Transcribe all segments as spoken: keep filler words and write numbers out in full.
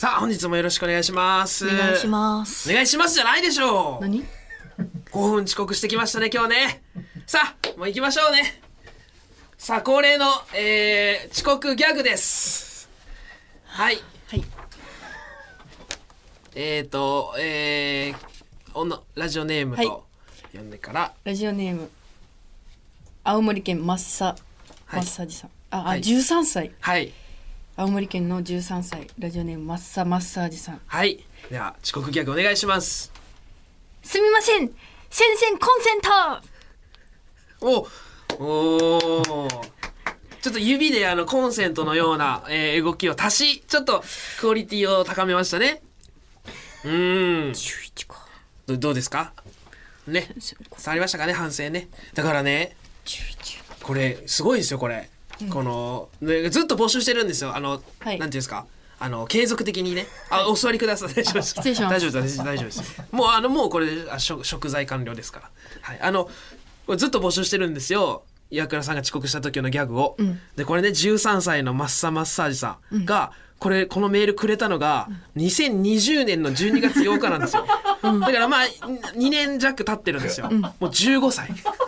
さあ本日もよろしくお願いします。 お願いします。 お願いしますじゃないでしょう。 何？ ごふん遅刻してきましたね今日ね。さあもう行きましょうね。さあ恒例の、えー、遅刻ギャグです。はいはいえーとえー、おのラジオネームはいと呼んでから、 ラジオネーム青森県マッサ、 はいマッサージさん、あ、あ、 はいじゅうさんさい、 はい青森県のじゅうさんさい、ラジオネームマッサマッサージさん。 はいでは遅刻ギャグお願いします。 すみません、先生コンセント。 おおちょっと指であのコンセントのような、えー動きを足しちょっとクオリティを高めましたね。うーんじゅういちか。 ど, どうですかね、伝わりましたかね、反省ね。だからねじゅういち。 これすごいですよこれ、うん、この、ね、ずっと募集してるんですよ。あの、 はい、 なんていうんですか、あの継続的にね。あ、はい、お座りください。大丈夫です。 失礼します。 大丈夫です。大丈夫です。もうあのもうこれあ食食材完了ですから。はい、あのこれずっと募集してるんですよ。岩倉さんが遅刻した時のギャグを、うん、でこれねじゅうさんさいのマッサマッサージさんが、うん、これこのメールくれたのがにせんにじゅうねんのじゅうにがつようかなんですよ、うん、だからまあにねん弱経ってるんですよ、うん、もうじゅうごさい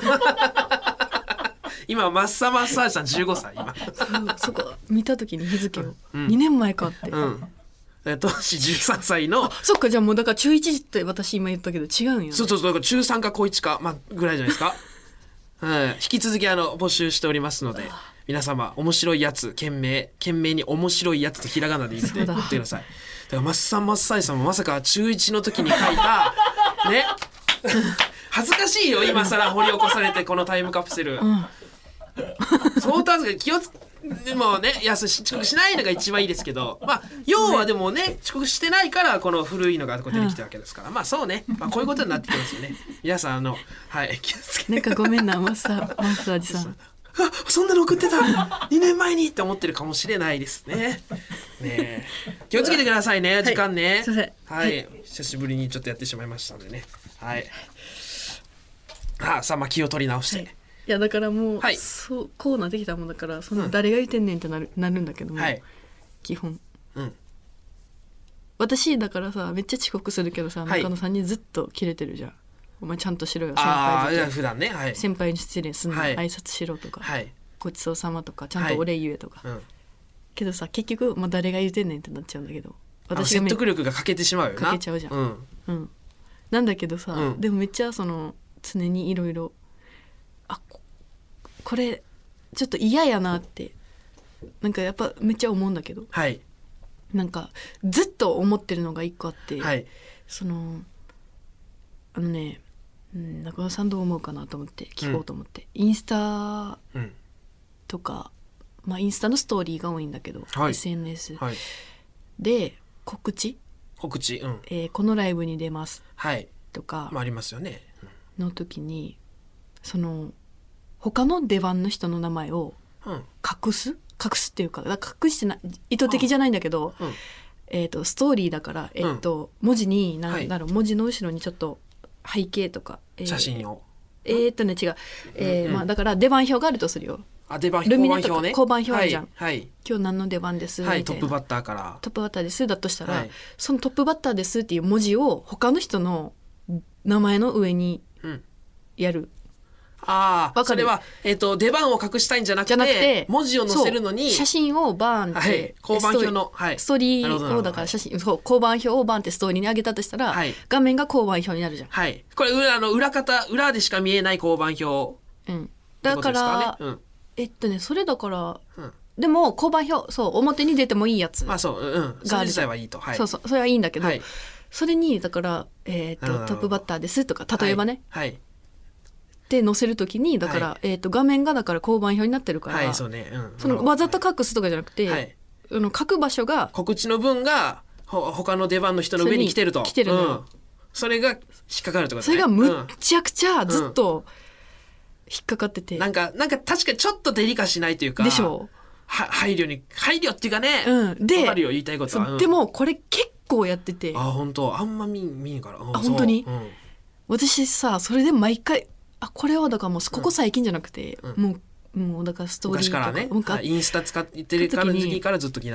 今マッサマッサージさんじゅうごさい今そこ見た時に日付を、うん、にねんまえかって、 うん当時じゅうさんさいのそっか、じゃあもうだから中いちって私今言ったけど違うんよ、ね、 そうそうそう、だから中さんか高いちか、まあ、ぐらいじゃないですかうん、引き続きあの募集しておりますので、皆様面白いやつ懸命懸命に面白いやつとひらがなで入れて送ってください。だからマッサンマッサイさんもまさか中いちの時に書いたね恥ずかしいよ今更掘り起こされてこのタイムカプセル、うん、相当恥ずかしい。気をつでもね、いや遅刻しないのが一番いいですけど、まあ要はでもね遅刻してないからこの古いのがこう出てきたわけですから、うん、まあそうね、まあ、こういうことになってきますよね。皆さんあのはい気をつけて。 なんかごめんなマッサマッサージさん。 あ、そんなの送ってたにねんまえにって思ってるかもしれないですね。ね気をつけてくださいね、時間ね。はい、はい、久しぶりにちょっとやってしまいましたのでね。はい。あ、さあまあ気を取り直して。はい、 いやだからもう、 はい、 そうこうなってきたもんだから、その誰が言ってんねんってなる、うん、なるんだけども、はい、基本、うん、私だからさめっちゃ遅刻するけどさ、はい、中野さんにずっとキレてるじゃん。お前ちゃんとしろよ先輩あ普段ね、はい、 先輩に失礼すんの、はい、挨拶しろとか、はい、ごちそうさまとかちゃんとお礼言えとか、はいうん、けどさ結局、まあ、誰が言ってんねんってなっちゃうんだけど、 私が説得力が欠けてしまうよな。 欠けちゃうじゃん、うんうん、なんだけどさ、うん、でもめっちゃその常にいろいろあ こ, これちょっと嫌やなってなんかやっぱめっちゃ思うんだけど、はい、なんかずっと思ってるのが一個あって、はい、そのあのね、うん、中野さんどう思うかなと思って聞こうと思って、うん、インスタとか、まあ、インスタのストーリーが多いんだけど、はい、エスエヌエス、はい、で告知告知、うんえー、このライブに出ますとか、 はいまあ、ありますよね、 うん、の時にその他の出番の人の名前を隠す、うん、隠すっていうか、だから隠してない意図的じゃないんだけど、うんえー、とストーリーだから、えーとうん、文字に何だろう、はい、文字の後ろにちょっと背景とか、 えー、写真をえー、っとね違う、えーうんうんまあ、だから出番表があるとするよ。 あ出番表交番表ね交番表あるじゃん、 はいはい、 今日何の出番ですみたいな、 はい、トップバッターからトップバッターですだとしたら、はい、そのトップバッターですっていう文字を他の人の名前の上にやる、うん、 ああそれは、えー、と出番を隠したいんじゃなく て, じゃなくて文字を載せるのに写真をバーンって、はい、 交番表の、はい、 ストーリーをだから写真、はい、そう交番表をバーンってストーリーに上げたとしたら、はい、画面が交番表になるじゃん、 はい、これ 裏, の裏方裏でしか見えない交番表、 うん、だから、ねうん、えっとねそれだから、うん、でも交番表そう表に出てもいいやつがあるじゃん、まあそううん、それ自体はいいと、はい、そうそうそれはいいんだけど、はい、それにだから、えー、とトップバッターですとか例えばね、はいはいで載せるときにだから、はいえー、と画面がだから交番表になってるから、はいそうねうん、そのわざと隠すとかじゃなくて、はい、あの書く場所が告知の分がほ他の出番の人の上に来てると来てるの、うん、 それが引っかかるってことね。 それがむっちゃくちゃずっと引っかかってて、 うん、なんかなんか確かにちょっとデリカしないというかでしょは配慮に配慮っていうかね、うん、で分かるよ言いたいことは、うん、 でもこれ結構やっててあ本当あんま見見んから、うん、 あ本当に、うん、私さそれで毎回あこれはだからもうここ最近じゃなくて、うん、もうもうだからストーリーとか昔からねインスタ使ってるから時期からずっと気になって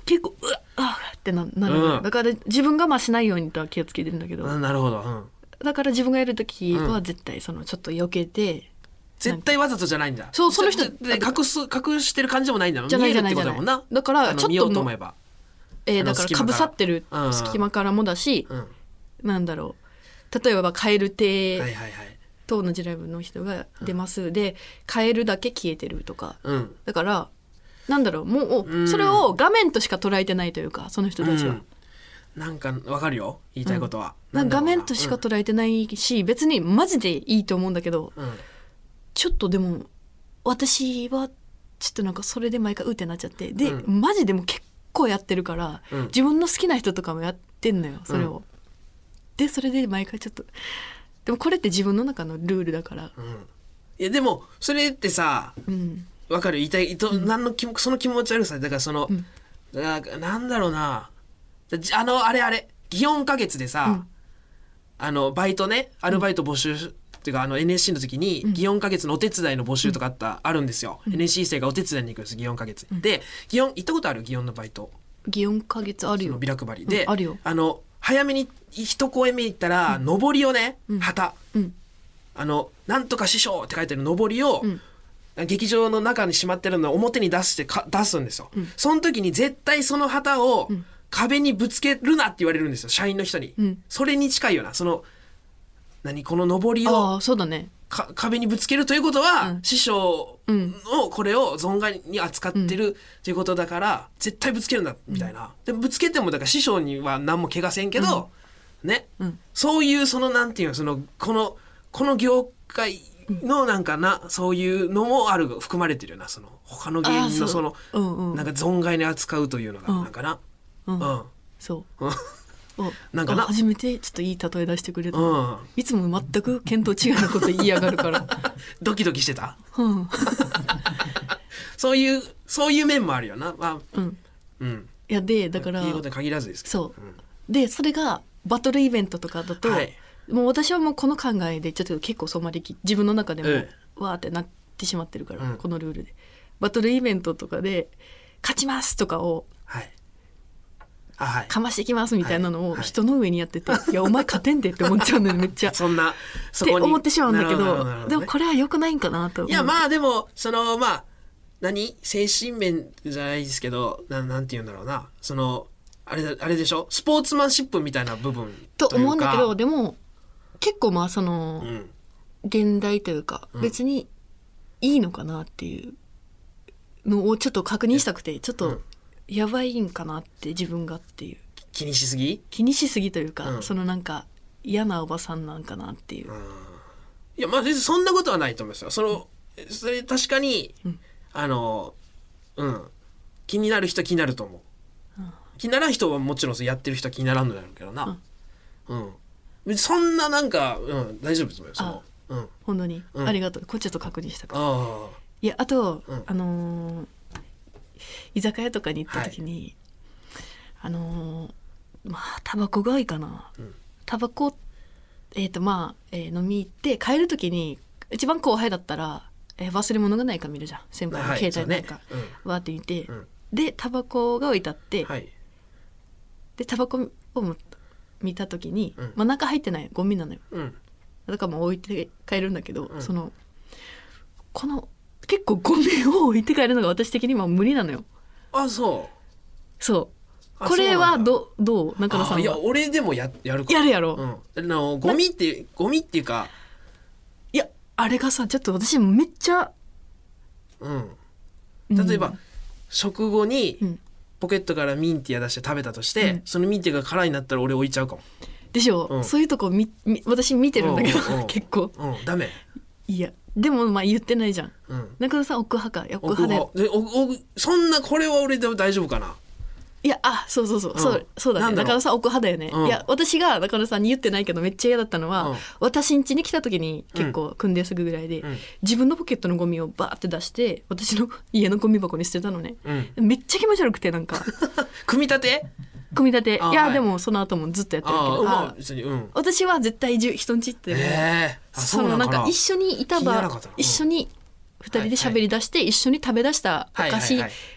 結構うわっあーってななる、うん、だから自分がまあしないようにとは気をつけてるんだけど、 うん、なるほど、うん、 だから自分がやるときは絶対そのちょっと避けて、うん、 絶対わざとじゃないんだ。 そう、その人で隠す隠してる感じでもないんだ。 じゃないじゃないじゃない。 だからちょっともうえー、だからかぶさってる隙間からもだし、うん、なんだろう、例えば蛙亭と同じライブの人が出ます、うん、でカエルだけ消えてるとか、うん、だからなんだろう、もう、うん、それを画面としか捉えてないというか、その人たちは、うん、 なんかわかるよ言いたいことは、 うん、なんか画面としか捉えてないし、うん、別にマジでいいと思うんだけど、うん、ちょっとでも私はちょっとなんかそれで毎回うってなっちゃって、で、うん、マジでも結構やってるから、うん、自分の好きな人とかもやってんのよそれを、うん、でそれで毎回ちょっとでもこれって自分の中のルールだから、うん、 いやでもそれってさ、うん、わかる、言いたい、うん、何の気もその気持ち悪さだから、その、うん、だからなんだろうな、あのあれあれ祇園花月でさ、うん、あのバイトねアルバイト募集、うん、っていうかあの エヌエスシー の時に、うん、祇園花月のお手伝いの募集とかあった、うん、あるんですよ、うん、エヌエスシー 生がお手伝いに行くんです祇園花月、うん、で祇園行ったことある？祇園のバイト。 祇園花月あるよ。 ビラ配りで、 うん、あるよ。 あの早めに一公演目行ったら、うん、上りをね、うん、旗、うん、あのなんとか師匠って書いてる上りを、うん劇場の中にしまってるのを表に出してか出すんですよ、うん、その時に絶対その旗を壁にぶつけるなって言われるんですよ社員の人に、うん、それに近いよな、その何この上りをあそうだねか壁にぶつけるということは、うん、師匠のこれを存外に扱ってるということだから、うん、絶対ぶつけるんだみたいな、うん、でぶつけてもだから師匠には何も怪我せんけど、うん、ね、うん、そういうそのなんていうのそのこのこの業界のなんかな、そういうのもある含まれてるよな、その他の芸人のそのそ、うんうん、なんか存外に扱うというのが、うん、なんかな、 うんうん、そうなんかな初めてちょっといい例え出してくれた、うん、いつも全く見当違いなこと言いやがるからドキドキしてた、うん、そういうそういう面もあるよな、まあ、うんうん、いやでだからっていうことに限らずですけど、 そう、うん、でそれがバトルイベントとかだと、はいもう私はもうこの考えでちょっと結構染まりき自分の中でもわーってなってしまってるから、うん、このルールでバトルイベントとかで勝ちますとかを、はいあはい、かましてきますみたいなのを人の上にやってて、はいはい、いやお前勝てんでって思っちゃうんだよめっちゃそんなそこにって思ってしまうんだけ ど, ど、ね、でもこれは良くないんかなと思う。 いやまあでもそのまあ何精神面じゃないですけど な, なんて言うんだろうなそのあれあれでしょスポーツマンシップみたいな部分とと思うんだけどでも結構まあその、うん、現代というか、うん、別にいいのかなっていうのをちょっと確認したくてちょっとやばいんかなって自分がっていう気にしすぎ気にしすぎというか、うん、そのなんか嫌なおばさんなんかなっていう、うん、 いやまあ全然そんなことはないと思いますよその、うん、それ確かに、うん、あのうん気になる人は気になると思う、うん、気にならん人はもちろんやってる人は気にならんのだろうけどなうん、うんそんななんか、うん、大丈夫ですよその、うん、 本当に、うん、ありがとうこっちょっと確認したからあいやあと、うん、あのー、居酒屋とかに行った時に、はい、あのー、まあタバコがいいかな、うん、タバコえっ、ー、とまあ、えー、飲み行って帰る時に一番後輩だったら、えー、忘れ物がないか見るじゃん先輩の携帯なんか、はいねうん、わーって見て、うん、でタバコが置いてあって、はい、でタバコを持った見た時に、うん、まあ中入ってないゴミなのよ、うん、だからもう置いて帰るんだけど、うん、そのこの結構ゴミを置いて帰るのが私的には無理なのよ。 あそうそうこれはどどう中野さんは。 いや俺でも や, やるからやるやろ、 うん、あのゴミってゴミっていうかいやあれがさちょっと私めっちゃうん例えば、うん、食後に、うんポケットからミンティア出して食べたとして、うん、そのミンティアが空になったら俺置いちゃうかもでしょ、うん、そういうとこみみ私見てるんだけど、うんうん、結構、 うん、ダメいやでもまあ言ってないじゃん、うん、中野さん奥派か奥派でおおそんなこれは俺でも大丈夫かな。 いやあそうそうそう、うん、そうそうだね中野さん奥派だよね、うん、いや私が中野さんに言ってないけどめっちゃ嫌だったのは、うん、私ん家に来た時に結構組んですぐぐらいで、うん、自分のポケットのゴミをバーって出して私の家のゴミ箱に捨てたのね、うん、めっちゃ気持ち悪くてなんか組み立て組み立ていや、はい、でもその後もずっとやってるけどああ別に、うん、 私は絶対人ん家ってえー、 そのなんか一緒にいたば、うん、一緒にふたりで喋り出して一緒に食べ出したお菓子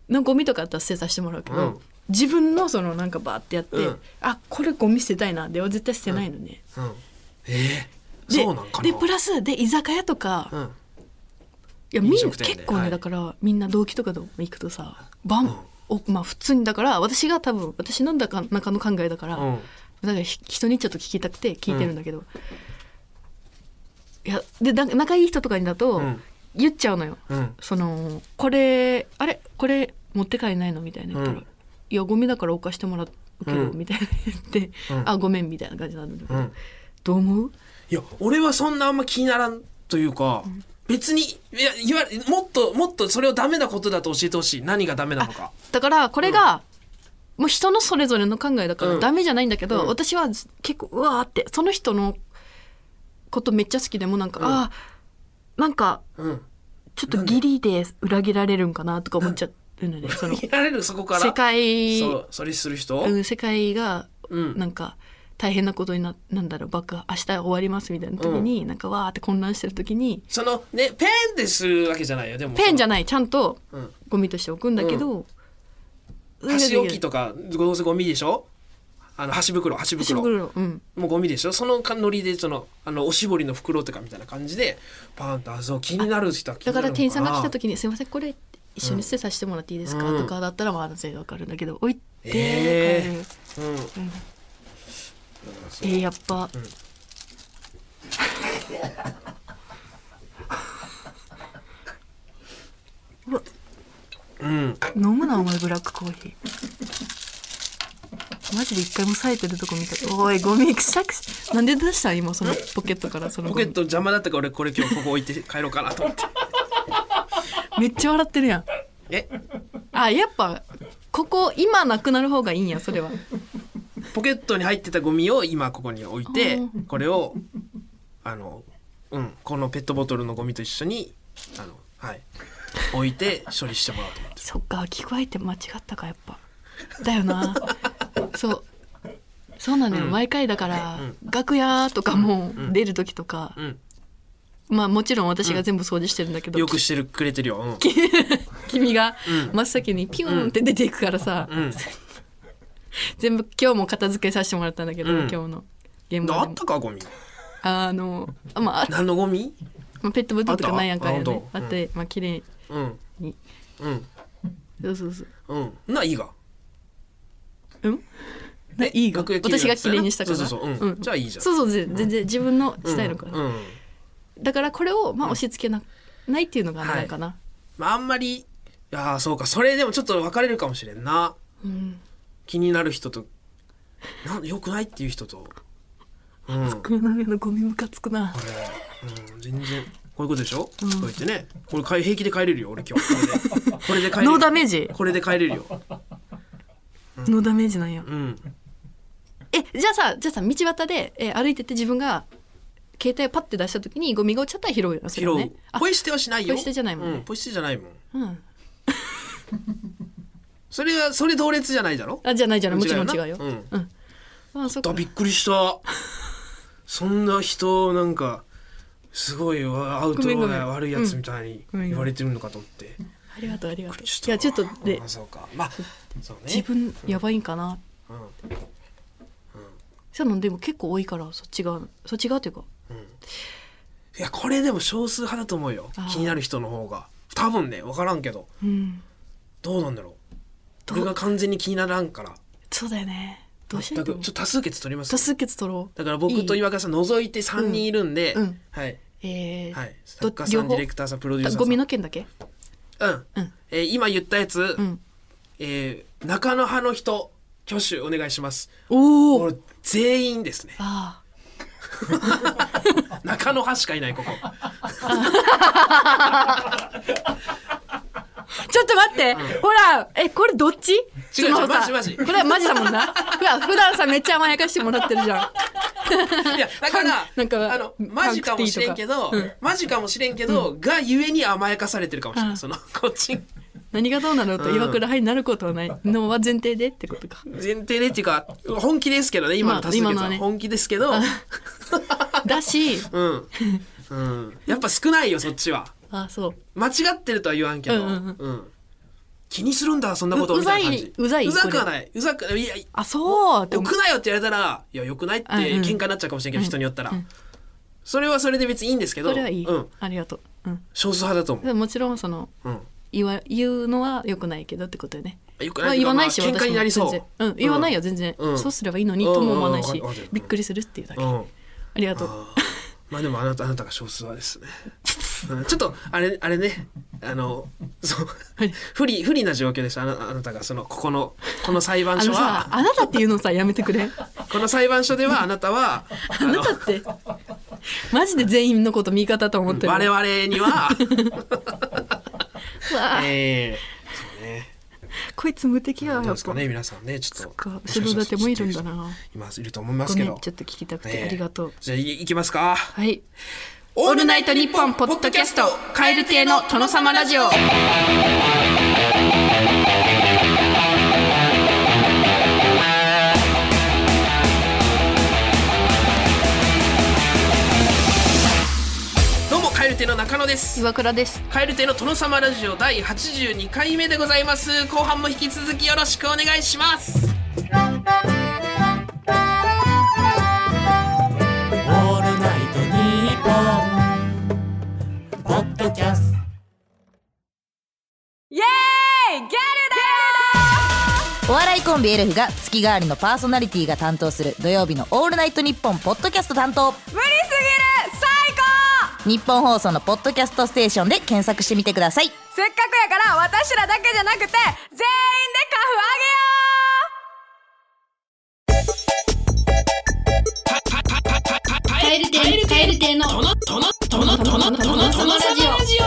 のゴミとかだったら捨てさせてもらうけど、 うん自分のそのなんかバーってやって、 うん、 あこれゴミ捨てたいなでは絶対捨てないのね、 うんうん、えー、 でそうなんかな。 でプラスで居酒屋とか、うん、いやみんな結構ね、はい、だからみんな同期とかでも行くとさバン、うん、おまあ普通にだから私が多分私の中の考えだから、うん、だから人にちょっと聞きたくて聞いてるんだけど、うん、いやで仲いい人とかにだと言っちゃうのよ、うん、そのこれあれこれ持って帰れないのみたいな言ったら、うん、いやゴミだから置かしてもらうけど、うん、みたいな言って、うん、あごめんみたいな感じなんだけど、うん、どう思う？ いや俺はそんなあんま気にならんというか、うん、別にいや言わもっともっとそれをダメなことだと教えてほしい。何がダメなのか。 だからこれが、うん、もう人のそれぞれの考えだからダメじゃないんだけど、うん、私は結構うわーってその人のことめっちゃ好きでもなんか、うん、あなんか、うん、ちょっとギリで裏切られるんかなとか思っちゃって。その見られるそこから世界そうそれする人、 うん、世界がなんか大変なことに な, なんだろう爆破明日終わりますみたいな時に、うん、なんかわーって混乱してる時にそのねペンでするわけじゃないよ。でもペンじゃないちゃんとゴミとして置くんだけど、 うん、箸置きとかどうせゴミでしょ。あの箸袋箸袋, 袋、うん、 もうゴミでしょ。そのノリでそのあのおしぼりの袋とかみたいな感じでパーンとあそう気になる人は気になるのかな。 だから店員さんが来た時にすいませんこれ一緒に捨てさせてもらっていいですか、うん、とかだったらまあ全然わかるんだけど置いて帰る、えーうんうん、えー、やっぱ、うん、うわ、うん、飲むなお前ブラックコーヒーマジで一回も冴えてるとこ見た。おいゴミくしゃくしなんで出したん今そのポケットからそのポケット邪魔だったから俺これ今日ここ置いて帰ろうかなと思ってめっちゃ笑ってるやん。 えあやっぱここ今なくなる方がいいんやそれは。 ポケットに入ってたゴミを今ここに置いてこれをあの、うん、このペットボトルのゴミと一緒にあの、はい、置いて処理してもらおうと思ってそっか聞こえて間違ったかやっぱだよなそうそうなのよ、うん、毎回だから、うん、楽屋とかも出る時とか、うんうんまあもちろん私が全部掃除してるんだけど、 うん、よくしてるくれてるよ、うん、 君が真っ先にピューンって出ていくからさ、うん、全部今日も片付けさせてもらったんだけど、うん、今日の現場でもあったかゴミあのあ、まあ、 何のゴミ、 まあ、ペットボトルとかなんやんかよね あ, あって、うん、まあ綺麗にうん、うん、 そうそうそううんないいがうんいいが私が綺麗にしたからそうそうそう、うんうん、じゃあいいじゃんそうそう全然自分のスタイルから、うんうんだからこれをまあ押し付けな、うん、ないっていうのがないかな、はいまあ、あんまりいやそうかそれでもちょっと分かれるかもしれんな、うん、気になる人となんよくないっていう人と、 うん、机の上のゴミムカつくなこれ、うん、全然こういうことでしょ、うん、こう言ってねこれ平気で帰れるよ俺今日これでこれで帰れるノーダメージこれで帰れるよ、 うん、ノーダメージなんや、うん、えじゃあさじゃあさ道端で、えー、歩いてて自分が携帯をパッて出した時にゴミが落ちちゃったら拾うよそれはね。 ポイ捨てはしないよ。 ポイ捨てじゃないもんね、 うん、ポイ捨てじゃないもん、うん、それはそれ同列じゃないだろ。 あじゃないじゃないもちろん違うよ、うんうん、あそっかびっくりしたそんな人なんかすごいアウトローな悪いやつみたいに言われてるのかと思って、うん、 ありがとうありがとういやちょっとであそうか、まあそうね、 自分やばいんかな、うんうん、そういうのでも結構多いからそっち側そっち側というかうん、いやこれでも少数派だと思うよ気になる人の方が多分ね分からんけど、うん、どうなんだろう俺が完全に気にならんからそうだよねどうしようちょっと多数決取ります多数決取ろうだから僕と岩倉さん除いてさんにんいるんで、うんうん、はいえー、 はい、作家さんディレクターさんプロデューサーさんゴミの件だけうん、うんえー、今言ったやつ、うんえー、中野派の人挙手お願いします。 おお全員ですねあ中野派しかいないここちょっと待って、うん、ほらえこれどっち違う違うマジマジこれはマジだもんな普段普段さめっちゃ甘やかしてもらってるじゃんいやだからなんかあのマジかもしれんけど、うん、マジかもしれんけど、うん、がゆえに甘やかされてるかもしれない、うん、そのこっち何がどうなろうと岩倉派になることはないのは前提でってことか前提でっていうか本気ですけどね今の多数決は本気ですけど、まあ、だし、 うんうん、やっぱ少ないよそっちはあそう間違ってるとは言わんけど、うんうんうんうん、 気にするんだそんなことみたいな感じ。 うざいうざくはないうざくいやあそうって置くなよって言われたらいやよくないって喧嘩になっちゃうかもしれんけど、うん、人によったら、うん、それはそれで別にいいんですけどそれはいい、 うん、 ありがとう、うん、 少数派だと思う。 もちろんその、うん、言わ言うのはよくないけどってことよね。 よくない、まあ、言わないし、 まあ、 喧嘩になりそう、 うん、言わないよ全然、うん、そうすればいいのにとも思わないし、うん、びっくりするっていうだけ、うん、ありがとう。 まあでもあなたあなたが少数派ですね。うん、ちょっとあれあれねあのそう、はい、不利不利な状況です。あなあなたがそのここのこの裁判所はあ, あなたっていうのさやめてくれ。 この裁判所ではあなたはあなたってマジで全員のこと味方と思ってる。 我々にはえー、そうね。 こいつ無敵やどうですかね皆さんねちょっと後ろ盾もいるんだな。 今いると思いますけど。 ごめんちょっと聞きたくて、えー、ありがとう。 じゃあいきますか。 はい。オールナイトニッポンポッドキャスト蛙亭の殿様ラジオ。 どうも蛙亭の中野です。 岩倉です。 蛙亭の殿様ラジオだいはちじゅうにかいめでございます。後半も引き続きよろしくお願いします。 ポッドキャストイエーイギャルだよお笑いコンビエルフが月替わりのパーソナリティが担当する土曜日のオールナイトニッポンポッドキャスト担当。 無理すぎる最高。 日本放送のポッドキャストステーションで検索してみてください。 せっかくやから私らだけじゃなくて全員でカフあげよう。蛙亭の殿様ラジ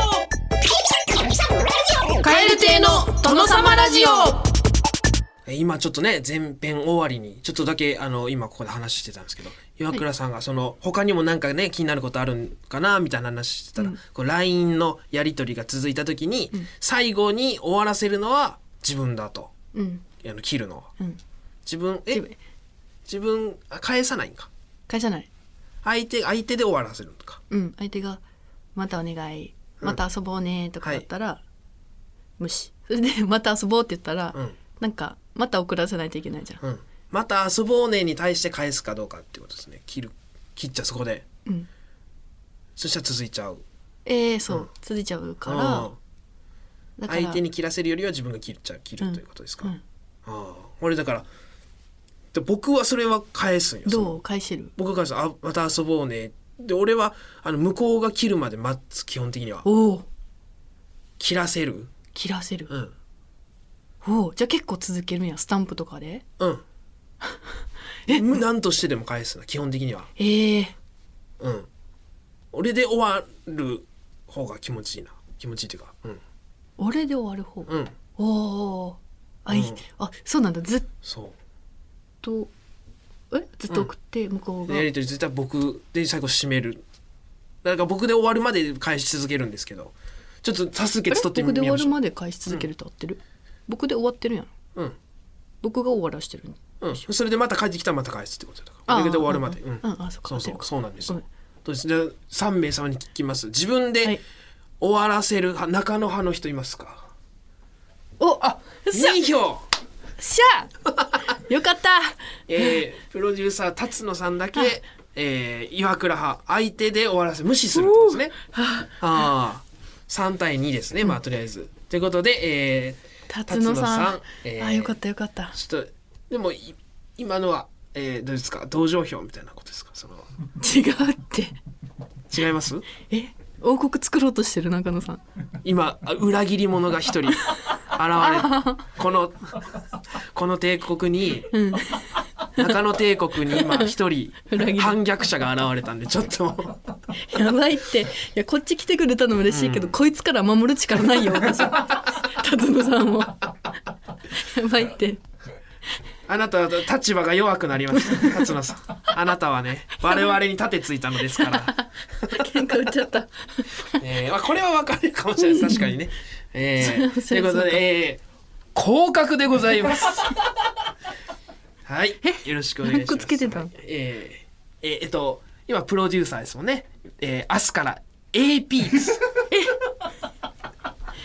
オ。蛙亭の殿様ラジオ。 今ちょっとね前編終わりにちょっとだけあの今ここで話してたんですけど、岩倉さんがその他にもなんかね気になることあるんかなみたいな話してたら、うん、こう ライン のやり取りが続いた時に、うん、最後に終わらせるのは自分だと、うん、あの切るのは、うん、自分え自分返さないんか返さない相手相手で終わらせるのか、 うん、相手がまたお願いまた遊ぼうねとかだったら、うんはい、無視。それでまた遊ぼうって言ったら、うん、なんかまた送らせないといけないじゃん、うん、 また遊ぼうねに対して返すかどうかっていうことですね。切る切っちゃうそこで、うん、そしたら続いちゃう。 えー、そう、うん、続いちゃうから、うん、 だから相手に切らせるよりは自分が切っちゃう切る、うん、ということですか、うん、ああ俺だから僕はそれは返すんよ。 どう返せる？ 僕が返すあまた遊ぼうねで俺はあの向こうが切るまで待つ。基本的にはお切らせる切らせる、うん、おじゃあ結構続けるんやスタンプとかで。 うんえ何としてでも返すな基本的には。 えー、 うん俺で終わる方が気持ちいいな。気持ちいいっていうか、うん、 俺で終わる方、 うん、 おーあ、うん、あそうなんだ。ずっそうとえずっと送って向こうが、 うん、やりとり絶対僕で最後締める。だから僕で終わるまで返し続けるんですけどちょっと多数決取ってみましょう。 僕で終わるまで返し続けると合ってる、うん、僕で終わってるやん、うん、僕が終わらしてる、 うん、それでまた帰ってきたらまた返すってことだから僕で終わるまで、うん、 うん、あそっかそうそうそうなんですよ。どうですでさんめいさまに聞きます。自分で終わらせる派、はい、中野派の人いますか？ おあに票しゃよかった、 えー、プロデューサー辰野さんだけ、えー、岩倉派相手で終わらせ無視するってことですね。あさんたいにですね、まあとりあえずということで、えー、辰野さん、 えー、 あよかったよかった。 ちょっとでも今のは、えー、どうですか同情票みたいなことですか？その違うって違います？ え王国作ろうとしてる中野さん今裏切り者が一人現れこのこの帝国に、うん、中野帝国に今一人反逆者が現れたんでちょっとやばいって。いやこっち来てくれたの嬉しいけど、うん、こいつから守る力ないよ私辰野さんもやばいって。 あなたは立場が弱くなりました辰野さん。あなたはね我々に盾ついたのですから喧嘩売っちゃった、 えーまあ、これは分かるかもしれない確かにね、えー、ということで、えー、降格でございますはいよろしくお願いします。 つけてたの、 えー、えー、えっと今プロデューサーですもんね、えー、明日から エーピー です辰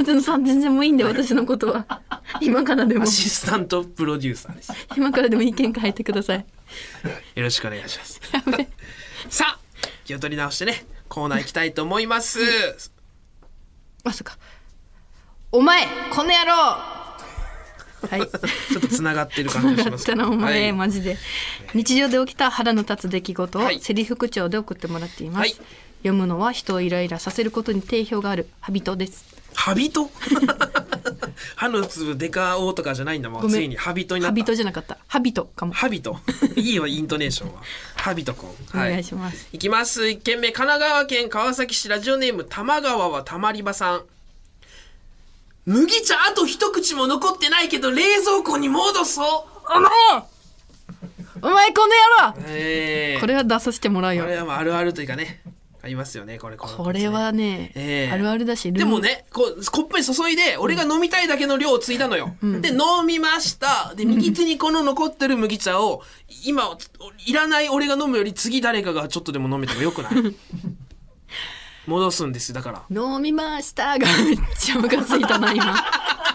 松野さん全然もういいんで、私のことは今からでもアシスタントプロデューサーです。 今からでも意見書いてください。 よろしくお願いします。さあ気を取り直してね、コーナー行きたいと思います。 まさかお前この野郎はいちょっとつながってる感じがしますけどお前、 はい、 マジで日常で起きた腹の立つ出来事をはいセリフ口調で送ってもらっています、 はい、 読むのは人をイライラさせることに定評があるハビトです。 ハビト歯の粒デカオとかじゃないんだもん。ついにハビトになった。 ハビトじゃなかったハビトかも。 ハビトいいわイントネーションは。ハビトくん、 はい、お願いします。 いきます。いっけんめ神奈川県川崎市ラジオネーム玉川はたまり場さん。麦茶あと一口も残ってないけど冷蔵庫に戻そう。 お前お前この野郎、 えー、 これは出させてもらうよ。 これはまああるあるというかね、ありますよねこれ。こ, これはね、えー、あるあるだし。 でもねこうコップに注いで俺が飲みたいだけの量をついたのよ、うん、で飲みました。で右手にこの残ってる麦茶を今いらない俺が飲むより次誰かがちょっとでも飲めてもよくない戻すんです。だから飲みましたがめっちゃムカついたな今。ム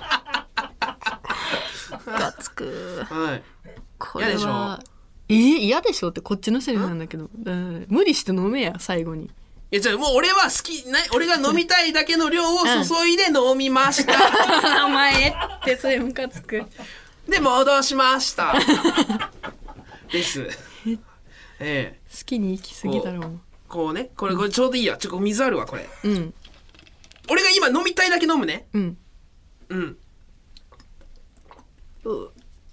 カつく。 はい。 これは嫌でしょ。えー、嫌でしょってこっちのセリフなんだけど、無理して飲めや最後に。 いやじゃあもう俺は好きな俺が飲みたいだけの量を注いで飲みました、 うん、お前ってそれムカつく。 で戻しましたですええ好きに行き過ぎだろう。 こうねこれこれちょうどいいや。ちょっと水あるわこれ。 うん。 俺が今飲みたいだけ飲むね。 うんうんう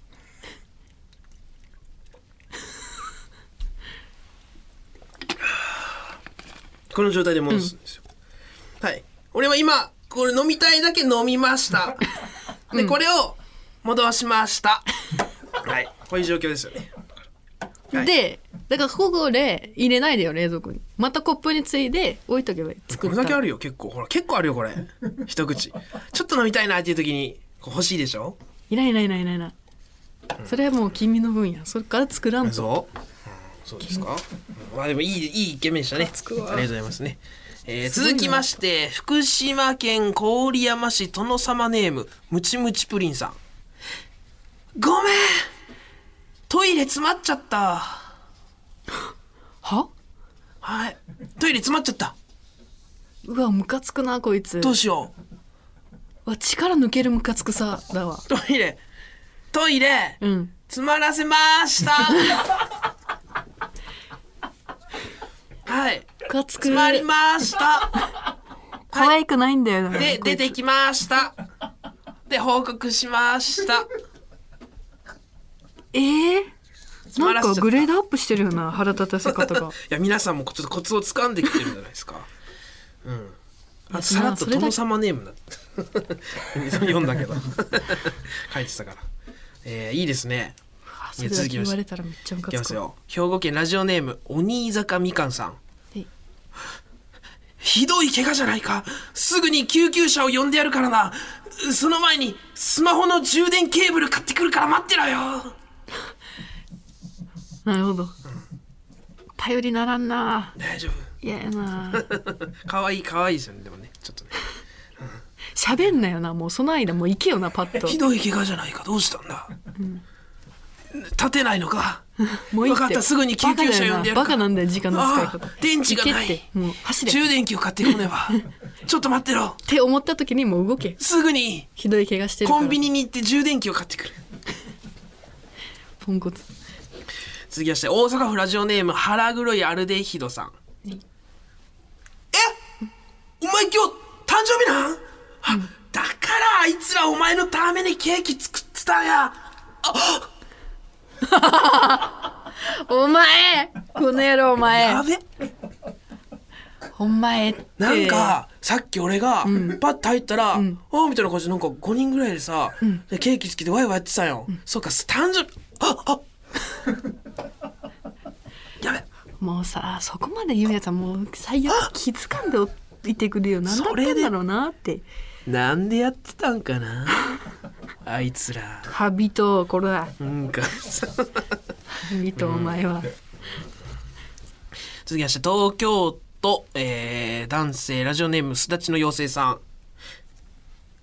この状態で戻すんですよ、うん、はい。俺は今これ飲みたいだけ飲みましたで、うん、これを戻しましたはい。こういう状況ですよね、はい、 でだからここで入れないでよ冷蔵庫に。またコップについで置いとけばいい。作ったこれだけあるよ結構。ほら結構あるよこれ一口ちょっと飲みたいなっていう時にこう欲しいでしょ。 いないいないいないいないいない、うん、それはもう君の分野。それから作らんと。 そう、うん、そうですか。まあでもいいいいイケメンでしたね。ありがとうございますね。えー、続きまして福島県郡山市殿様ネームムチムチプリンさん。ごめんトイレ詰まっちゃった。 は？ はい。トイレ詰まっちゃった。 うわムカつくなこいつ。 どうしよう。わ力抜けるムカつくさだわ。 トイレトイレ、うん、詰まらせましたはい。ムカつく。詰まりました可愛くないんだよな、 はい、で出てきましたで報告しました。 えーなんかグレードアップしてるよな腹立たせ方がいや皆さんもちょっとコツを掴んできてるんじゃないですか。うん。あとさらっと殿様ネームだ読んだけど書いてたから、えー、いいですね。 それだけ言われたらめっちゃムカつく。 いきますよ。兵庫県ラジオネームお兄坂みかんさん。ひどい怪我じゃないか。すぐに救急車を呼んでやるからな。その前にスマホの充電ケーブル買ってくるから待ってろよ。 なるほど、うん、頼りならんな。 大丈夫。 嫌やなかわいいかわいいですよね。でもねちょっとね喋、うん、んなよな。もうその間もう行けよなパッと。 ひどい怪我じゃないか。どうしたんだ、うん、立てないのかもういいって。 分かったすぐに救急車呼んでやるか。 バカなんだよ時間の使い方。 電池がない。 もう走れ。 充電器を買ってこねばちょっと待ってろって思った時にもう動け。 すぐにひどい怪我してるからコンビニに行って充電器を買ってくるポンコツ。 続きまして大阪府ラジオネーム腹黒いアルデヒドさん。えお前今日誕生日なん、うん、だからあいつらお前のためにケーキ作ってたんや。 お前この野郎お前やべお前ってなんかさっき俺がパッと入ったら、うん、あみたいな感じでなんかごにんぐらいでさ、うん、でケーキ好きでワイワイやってたよ、うん、そうか誕生日ああやべもうさそこまで言うやつはもう最悪気づかんでいてくれよ。何だったんだろうなって。 なんでやってたんかなあいつら。 ハビトこれだなんかハビトお前は、うん、 続きまして東京都、えー、男性ラジオネームすだちの妖精さん。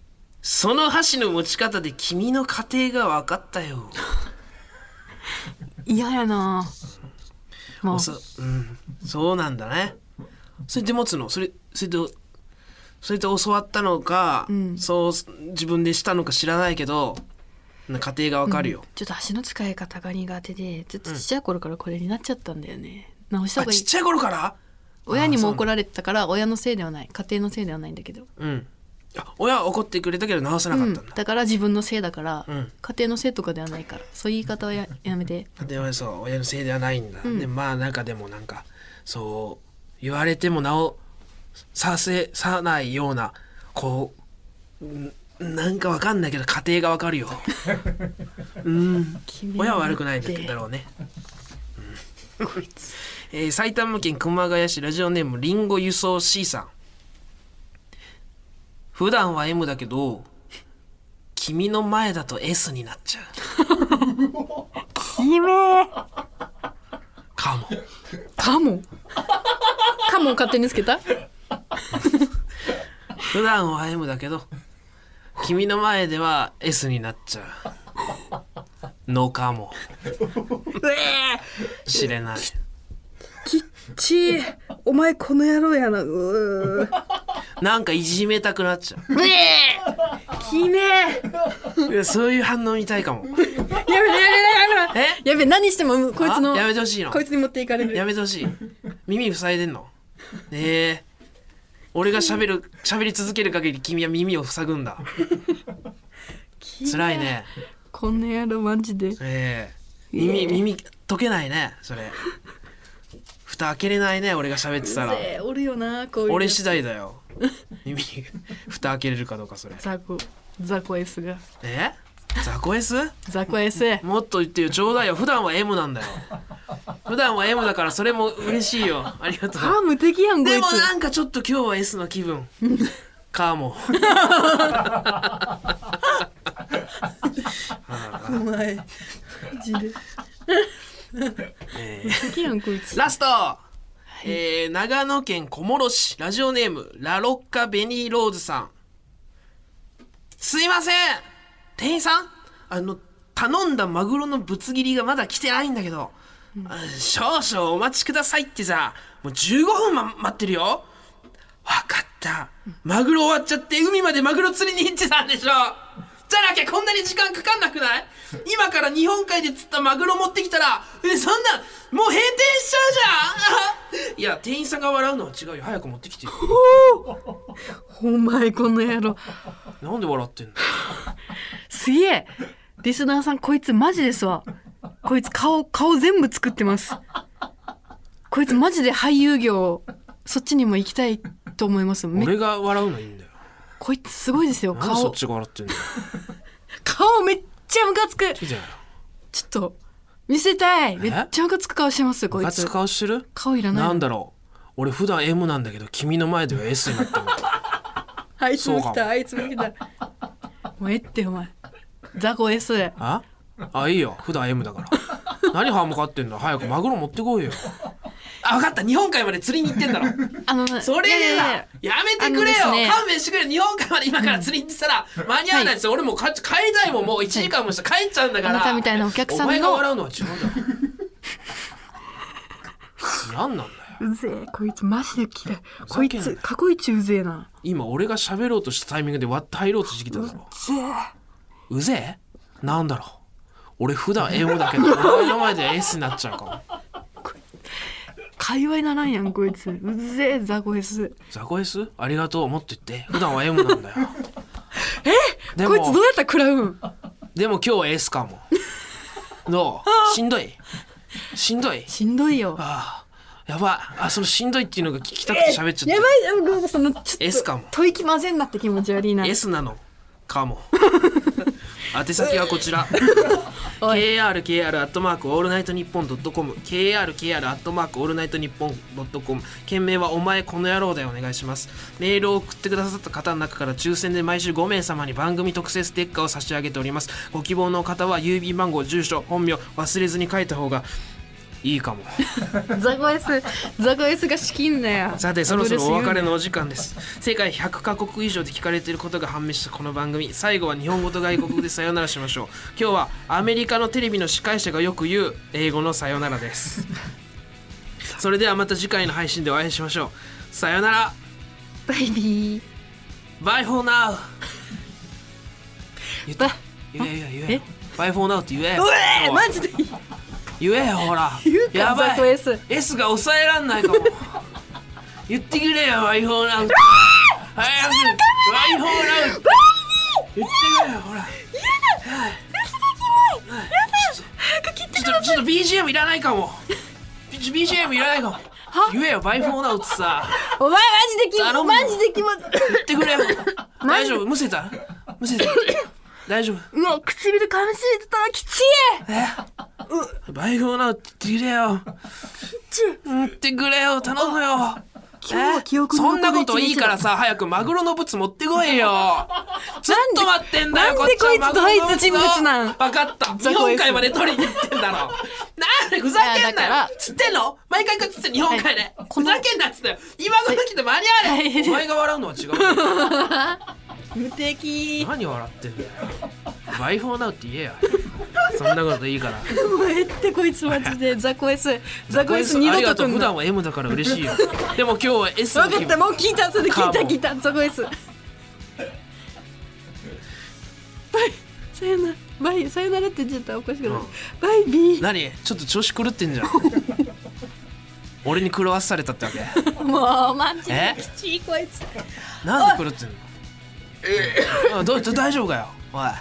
その箸の持ち方で君の家庭が分かったよ。 嫌やな。まあ、 そ,、うん、そうなんだね。それで持つのそれそれでそれで教わったのか、うん、そう自分でしたのか知らないけど家庭が分かるよ、 うん、ちょっと足の使い方が苦手でずっとちっちゃい頃からこれになっちゃったんだよね、うん、直した方がいい。 ちっちゃい頃から？ 親にも怒られてたから親のせいではない、家庭のせいではないんだけど、 うん、あ親は怒ってくれたけど直さなかったんだ、 うん、だから自分のせいだから、うん、家庭のせいとかではないから、そういう言い方は や, やめて。 家庭はそう親のせいではないんだ、うん、でまあなんかでもなんかそう言われても直させさないようなこうなんかわかんないけど家庭がわかるようん親は悪くないんだろうね、うん、こいつえー、埼玉県熊谷市ラジオネームりんご輸送 C さん。普段は エム だけど君の前だと エス になっちゃうきめーかもかもかも勝手につけた普段は エム だけど君の前では エス になっちゃうのかもしれない。 きっちー、お前この野郎やな。うなんかいじめたくなっちゃう。 ねえきめーいやそういう反応見たいかも。やめてやめてやめてえやべ何してもこいつのやめてほしいの。 こいつに持っていかれる。 やめてほしい。耳塞いでんのねえ。俺が喋る喋り続ける限り君は耳を塞ぐんだ。辛いね。 こんな野郎マジで。 ええー、耳耳解けないねそれ。蓋開けれないね俺が喋ってたら。 おるよなこういう。 俺次第だよ。耳蓋開けれるかどうかそれ。 ザコザコ S が。 え？ザコ S？ ザコ S。 もっと言ってよちょうだいよ。普段は エム なんだよ。普段は エム だからそれも嬉しいよ。ありがとう。 あ無敵やんこいつ。 でもなんかちょっと今日は エス の気分かも。 お前マジで。 えー、ラスト、えー、長野県小諸市ラジオネームラロッカベニーローズさん。すいません店員さん、あの頼んだマグロのぶつ切りがまだ来てないんだけど、うん、少々お待ちくださいってさ、もうじゅうごふん、ま、待ってるよ。分かった、マグロ終わっちゃって海までマグロ釣りに行ってたんでしょ。じゃなきゃこんなに時間かかんなくない？今から日本海で釣ったマグロ持ってきたら、え、そんなもう閉店しちゃうじゃん。いや店員さんが笑うのは違うよ。早く持ってきてよ。 お前この野郎。 なんで笑ってんの？ すげえリスナーさん、こいつマジですわ。こいつ顔顔全部作ってます。こいつマジで俳優業そっちにも行きたいと思います。 俺が笑うのいいんだよ。 こいつすごいですよ。 顔そっちが笑ってんだよ。 顔めっちゃムカつく。ちょっと見せたい。めっちゃムカつく顔してますよこいつ。 ムカつく顔してる？ 顔いらない。 なんだろう、俺普段 エム なんだけど君の前では エス になってる。 あいつも来たあいつも来た。もうえってお前ザコ S。 ああいいよ普段 エム だから。何歯向かってんの。早くマグロ持ってこいよ。あ分かった、日本海まで釣りに行ってんだろ。あのそれでさ、やめてくれよ、ね、勘弁してくれ。日本海まで今から釣りに行ってたら間に合わないですよ、はい、俺もう帰りたいもん。もういちじかんもしたら帰っちゃうんだから。 あなたみたいなお客さんの。 お前が笑うのは違うんだろ。何なんだよ。 うぜえこいつマジで嫌い。こいつ過去一うぜえな。 今俺が喋ろうとしたタイミングで割って入ろうとしてきただろ。 うぜえうぜえなんだろう。俺普段 エム だけどお前の前で エス になっちゃうかも。 会話にならんやんこいつ。うぜえザコ S。 ザコ S？ ありがとう。もっと言って。普段は エム なんだよ。 えこいつどうやったら食らうんでも今日は エス かも。どうしんどいしんどいしんどいよ。 ああやばい。あそのしんどいっていうのが聞きたくて喋っちゃった。 やばい。でもそのちょっとエス かも。 吐息混ぜんなって気持ち悪いな。 エス なのかも。宛先はこちら。ケーアールケーアール アットマークオールナイトニッポンドットコム ケーアールケーアール アットマークオールナイトニッポンドットコム。件名はお前この野郎でお願いします。メールを送ってくださった方の中から抽選で毎週ごめいさまに番組特製ステッカーを差し上げております。ご希望の方は郵便番号、住所、本名忘れずに書いた方がいいかも。 ザコ S ザコ S が資金だよ。 さてそろそろお別れのお時間です。世界ひゃくカ国以上で聞かれていることが判明したこの番組、最後は日本語と外国語でさよならしましょう。今日はアメリカのテレビの司会者がよく言う英語のさよならです。それではまた次回の配信でお会いしましょう。さよなら。 バイビー。 バイフォーナウ。言った。言えよ言えよ。バイフォーナウって言えよ。 うえー、マジで言えよほら。 言うかやばい。 ザコ S。 S が抑えらんないかも。言ってくれよバイフォーナウ。早くバイフォーナウ。言ってくれよほら。ちょっとちょっと ビージーエム いらないかも。ビージーエム いらないかも。言えよバイフォーナウってさ。 お前マジで気持マジで気持ち。 言ってくれよ。大丈夫むせたむせた大丈夫。 うわ唇かみしめてたらきちい。 えバイフォーナウって言ってくれよ。言ってくれよ頼むよ。 今日は記憶に残るそんなこといいからさ早くマグロのブツ持ってこいよ。ずっと待ってんだよ。 なんでこいつ同一人物なん。 分かった日本海まで取りに行ってんだろ。なんでふざけんなよ。つってんの毎回かつって日本海でふざけんなっつったよ。今の時で間に合わない。お前が笑うのは違う。 無敵。 何笑ってんだよ。バイフォーナウって言えよ。そんなこといいから。 もうえってこいつマジでザコ S ザコ S 二ありがとう。 度と来んな。 普段は エム だから嬉しいよ。でも今日は S の気分。 分かったもう聞いたそれ聞いた聞いたザコ S。バイさよならバイさよならって言っちゃったおかしくない。 うんバイビー。 何ちょっと調子狂ってんじゃん。俺に狂わされたってわけ。 もうマジえできちいこいつ。 なんで狂ってんの。あどうど大丈夫かよおい。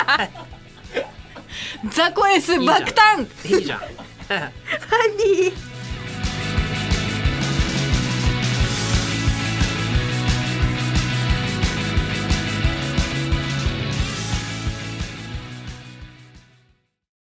ザコ S 爆誕。 いいじゃん。 バイビー。